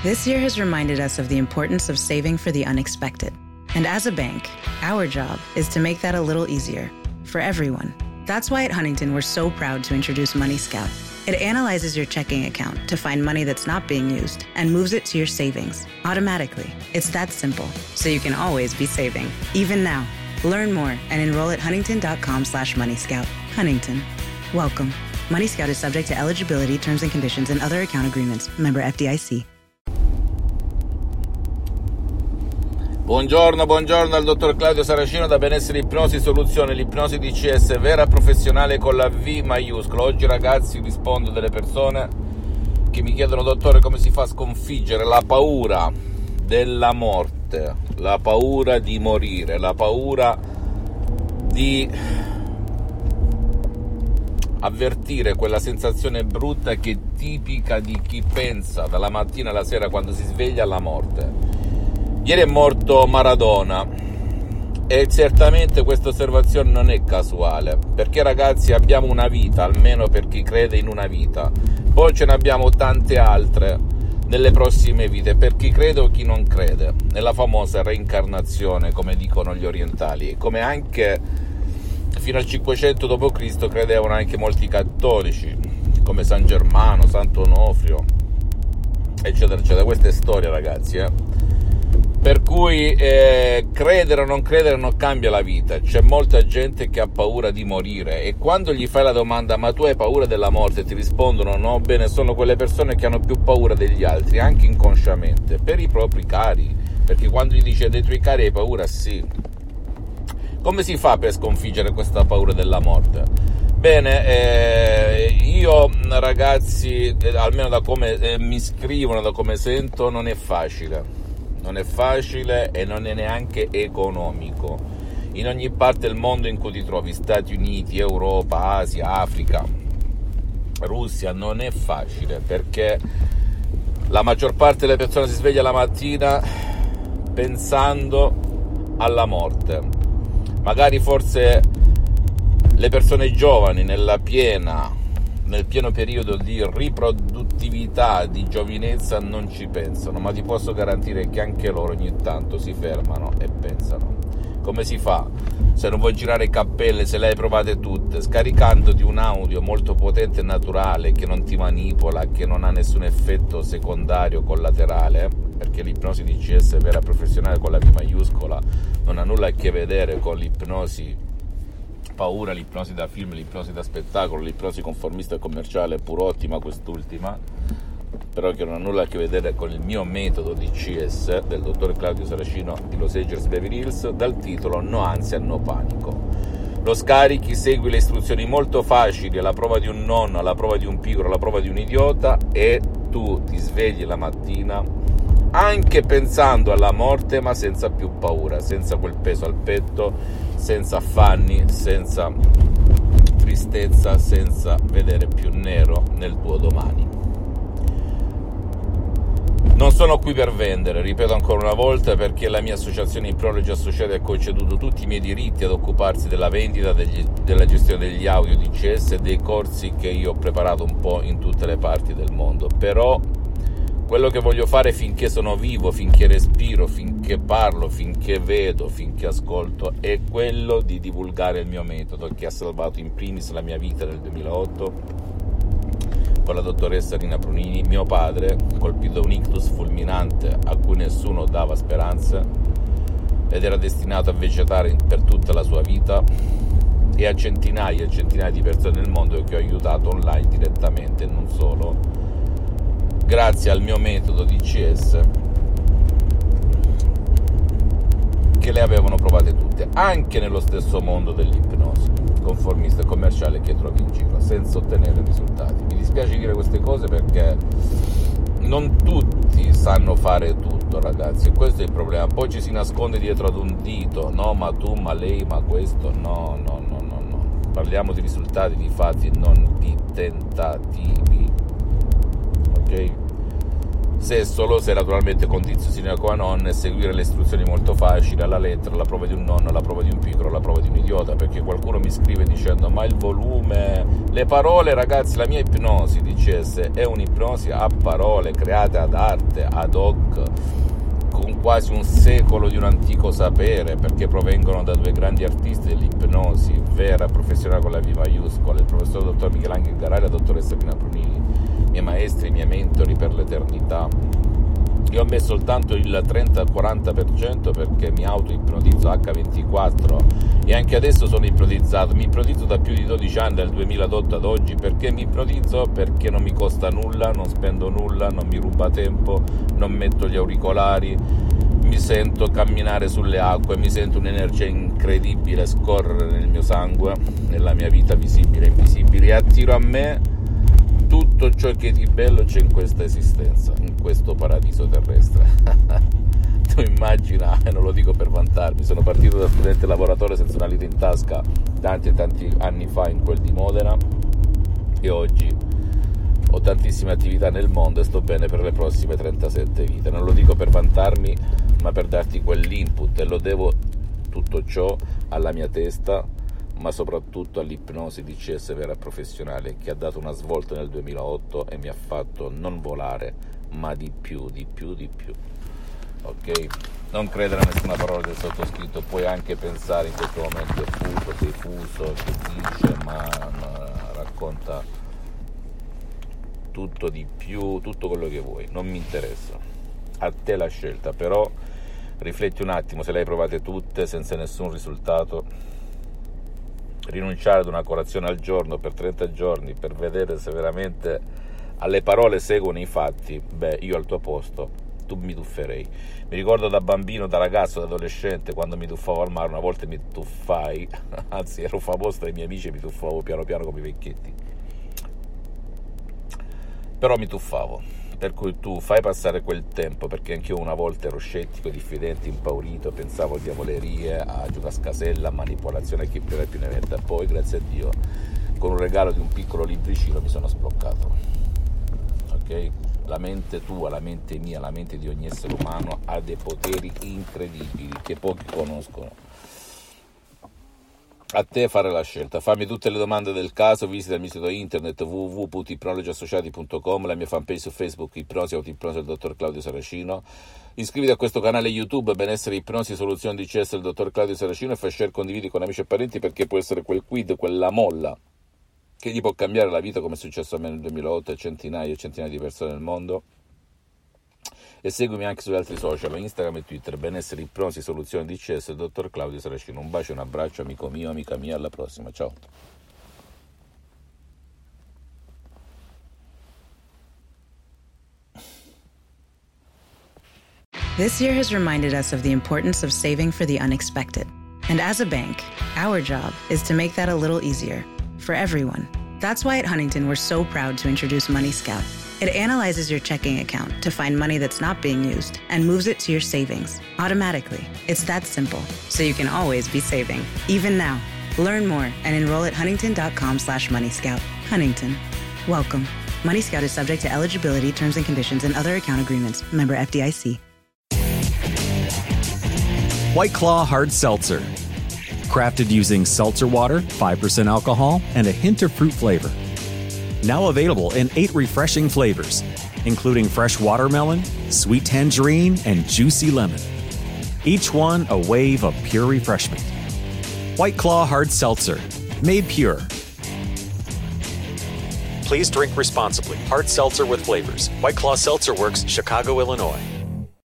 This year has reminded us of the importance of saving for the unexpected. And as a bank, our job is to make that a little easier for everyone. That's why at Huntington, we're so proud to introduce Money Scout. It analyzes your checking account to find money that's not being used and moves it to your savings automatically. It's that simple, so you can always be saving, even now. Learn more and enroll at huntington.com/moneyscout. Huntington. Welcome. Money Scout is subject to eligibility, terms and conditions, and other account agreements. Member FDIC. Buongiorno al dottor Claudio Saracino da Benessere Ipnosi Soluzione, l'ipnosi DCS vera professionale con la V maiuscola. Oggi ragazzi rispondo delle persone che mi chiedono: dottore, come si fa a sconfiggere la paura della morte, la paura di morire, la paura di avvertire quella sensazione brutta che è tipica di chi pensa dalla mattina alla sera quando si sveglia alla morte. Ieri è morto Maradona e certamente questa osservazione non è casuale, perché ragazzi abbiamo una vita, almeno per chi crede in una vita, poi ce ne abbiamo tante altre nelle prossime vite, per chi crede o chi non crede, nella famosa reincarnazione come dicono gli orientali, e come anche fino al 500 d.C. credevano anche molti cattolici come San Germano, Sant'Onofrio, eccetera eccetera. Questa è storia ragazzi, Per cui credere o non credere non cambia la vita. C'è molta gente che ha paura di morire e quando gli fai la domanda: ma tu hai paura della morte? Ti rispondono no. Bene, sono quelle persone che hanno più paura degli altri, anche inconsciamente, per i propri cari, perché quando gli dici dei tuoi cari hai paura, sì. Come si fa per sconfiggere questa paura della morte? Bene, io ragazzi, almeno da come mi scrivono, da come sento, non è facile. Non è facile e non è neanche economico. In ogni parte del mondo in cui ti trovi, Stati Uniti, Europa, Asia, Africa, Russia, non è facile, perché la maggior parte delle persone si sveglia la mattina pensando alla morte. Magari forse le persone giovani nel pieno periodo di riproduttività, di giovinezza, non ci pensano, ma ti posso garantire che anche loro ogni tanto si fermano e pensano. Come si fa? Se non vuoi girare cappelle, se le hai provate tutte, scaricandoti un audio molto potente e naturale che non ti manipola, che non ha nessun effetto secondario collaterale, perché l'ipnosi DCS vera professionale con la V maiuscola non ha nulla a che vedere con l'ipnosi paura, l'ipnosi da film, l'ipnosi da spettacolo, l'ipnosi conformista e commerciale, pur ottima quest'ultima, però che non ha nulla a che vedere con il mio metodo DCS del dottor Claudio Saracino di Los Angeles Beverly Hills, dal titolo No ansia, no panico. Lo scarichi, segui le istruzioni molto facili, alla prova di un nonno, alla prova di un pigro, alla prova di un idiota, e tu ti svegli la mattina anche pensando alla morte, ma senza più paura, senza quel peso al petto, senza affanni, senza tristezza, senza vedere più nero nel tuo domani. Non sono qui per vendere, ripeto ancora una volta, perché la mia associazione Ipnologi Associati ha conceduto tutti i miei diritti ad occuparsi della vendita, della gestione degli audio DCS e dei corsi che io ho preparato un po' in tutte le parti del mondo. Però quello che voglio fare finché sono vivo, finché respiro, finché parlo, finché vedo, finché ascolto, è quello di divulgare il mio metodo che ha salvato in primis la mia vita nel 2008 con la dottoressa Rina Prunini, mio padre, colpito da un ictus fulminante a cui nessuno dava speranze ed era destinato a vegetare per tutta la sua vita, e a centinaia e centinaia di persone nel mondo che ho aiutato online direttamente e non solo, grazie al mio metodo DCS, che le avevano provate tutte, anche nello stesso mondo dell'ipnosi conformista e commerciale che trovi in giro, senza ottenere risultati. Mi dispiace dire queste cose perché non tutti sanno fare tutto, ragazzi, questo è il problema. Poi ci si nasconde dietro ad un dito: no, ma tu, ma lei, ma questo. No. Parliamo di risultati, di fatti, non di tentativi. Ok? se naturalmente condizio sine qua non, seguire le istruzioni molto facili alla lettera, la prova di un nonno, la prova di un pigro, la prova di un idiota, perché qualcuno mi scrive dicendo ma il volume, le parole, ragazzi, la mia ipnosi DCS è un'ipnosi a parole create ad arte, ad hoc, con quasi un secolo di un antico sapere, perché provengono da due grandi artisti dell'ipnosi vera professionale con la V maiuscola, il professor dottor Michelangelo Garari e la dottoressa Pina Brunini, miei maestri, i miei mentori per l'eternità. Io ho messo soltanto il 30-40% perché mi auto-ipnotizzo H24 e anche adesso sono ipnotizzato. Mi ipnotizzo da più di 12 anni, dal 2008 ad oggi. Perché mi ipnotizzo? Perché non mi costa nulla, non spendo nulla, non mi ruba tempo, non metto gli auricolari, mi sento camminare sulle acque, mi sento un'energia incredibile scorrere nel mio sangue, nella mia vita visibile e invisibile, e attiro a me tutto ciò che di bello c'è in questa esistenza, in questo paradiso terrestre. Tu immagina, e non lo dico per vantarmi, sono partito da studente lavoratore senza una lira in tasca tanti e tanti anni fa in quel di Modena, e oggi ho tantissime attività nel mondo e sto bene per le prossime 37 vite. Non lo dico per vantarmi, ma per darti quell'input, e lo devo tutto ciò alla mia testa, ma soprattutto all'ipnosi DCS vera professionale, che ha dato una svolta nel 2008 e mi ha fatto non volare, ma di più. Ok? Non credere a nessuna parola del sottoscritto, puoi anche pensare in questo momento sei fuso, che dice, ma racconta tutto di più, tutto quello che vuoi, non mi interessa, a te la scelta, però rifletti un attimo, se le hai provate tutte senza nessun risultato. Rinunciare ad una colazione al giorno per 30 giorni per vedere se veramente alle parole seguono i fatti, io al tuo posto tu mi tufferei. Mi ricordo da bambino, da ragazzo, da adolescente, quando mi tuffavo al mare, una volta mi tuffai, anzi ero famoso tra i miei amici e mi tuffavo piano piano come i vecchietti, però mi tuffavo. Per cui tu fai passare quel tempo, perché anch'io una volta ero scettico, diffidente, impaurito, pensavo a diavolerie, a giocascasella, a manipolazione, a chi più ne metta. Poi, grazie a Dio, con un regalo di un piccolo libricino mi sono sbloccato. Ok? La mente tua, la mente mia, la mente di ogni essere umano ha dei poteri incredibili che pochi conoscono. A te fare la scelta, fammi tutte le domande del caso, visita il mio sito internet www.ipnologiassociati.com, la mia fanpage su Facebook Ipnosi Autoipnosi del dottor Claudio Saracino, iscriviti a questo canale YouTube Benessere Ipnosi Soluzioni DCS del dottor Claudio Saracino e fai share, condividi con amici e parenti, perché può essere quel quid, quella molla che gli può cambiare la vita, come è successo a me nel 2008 e centinaia e centinaia di persone nel mondo. E seguimi anche sugli altri social, Instagram e Twitter, Benessere Ipnosi Soluzioni DCS, il dottor Claudio Saracino. Un bacio e un abbraccio, amico mio, amica mia, alla prossima, ciao. This year has reminded us of the importance of saving for the unexpected. And as a bank, our job is to make that a little easier for everyone. That's why at Huntington, we're so proud to introduce Money Scout. It analyzes your checking account to find money that's not being used and moves it to your savings automatically. It's that simple, so you can always be saving, even now. Learn more and enroll at huntington.com/moneyscout. Huntington. Welcome. Money Scout is subject to eligibility, terms and conditions, and other account agreements. Member FDIC. White Claw Hard Seltzer. Crafted using seltzer water, 5% alcohol, and a hint of fruit flavor. Now available in 8 refreshing flavors, including fresh watermelon, sweet tangerine, and juicy lemon. Each one a wave of pure refreshment. White Claw Hard Seltzer, made pure. Please drink responsibly. Hard seltzer with flavors. White Claw Seltzer Works, Chicago, Illinois.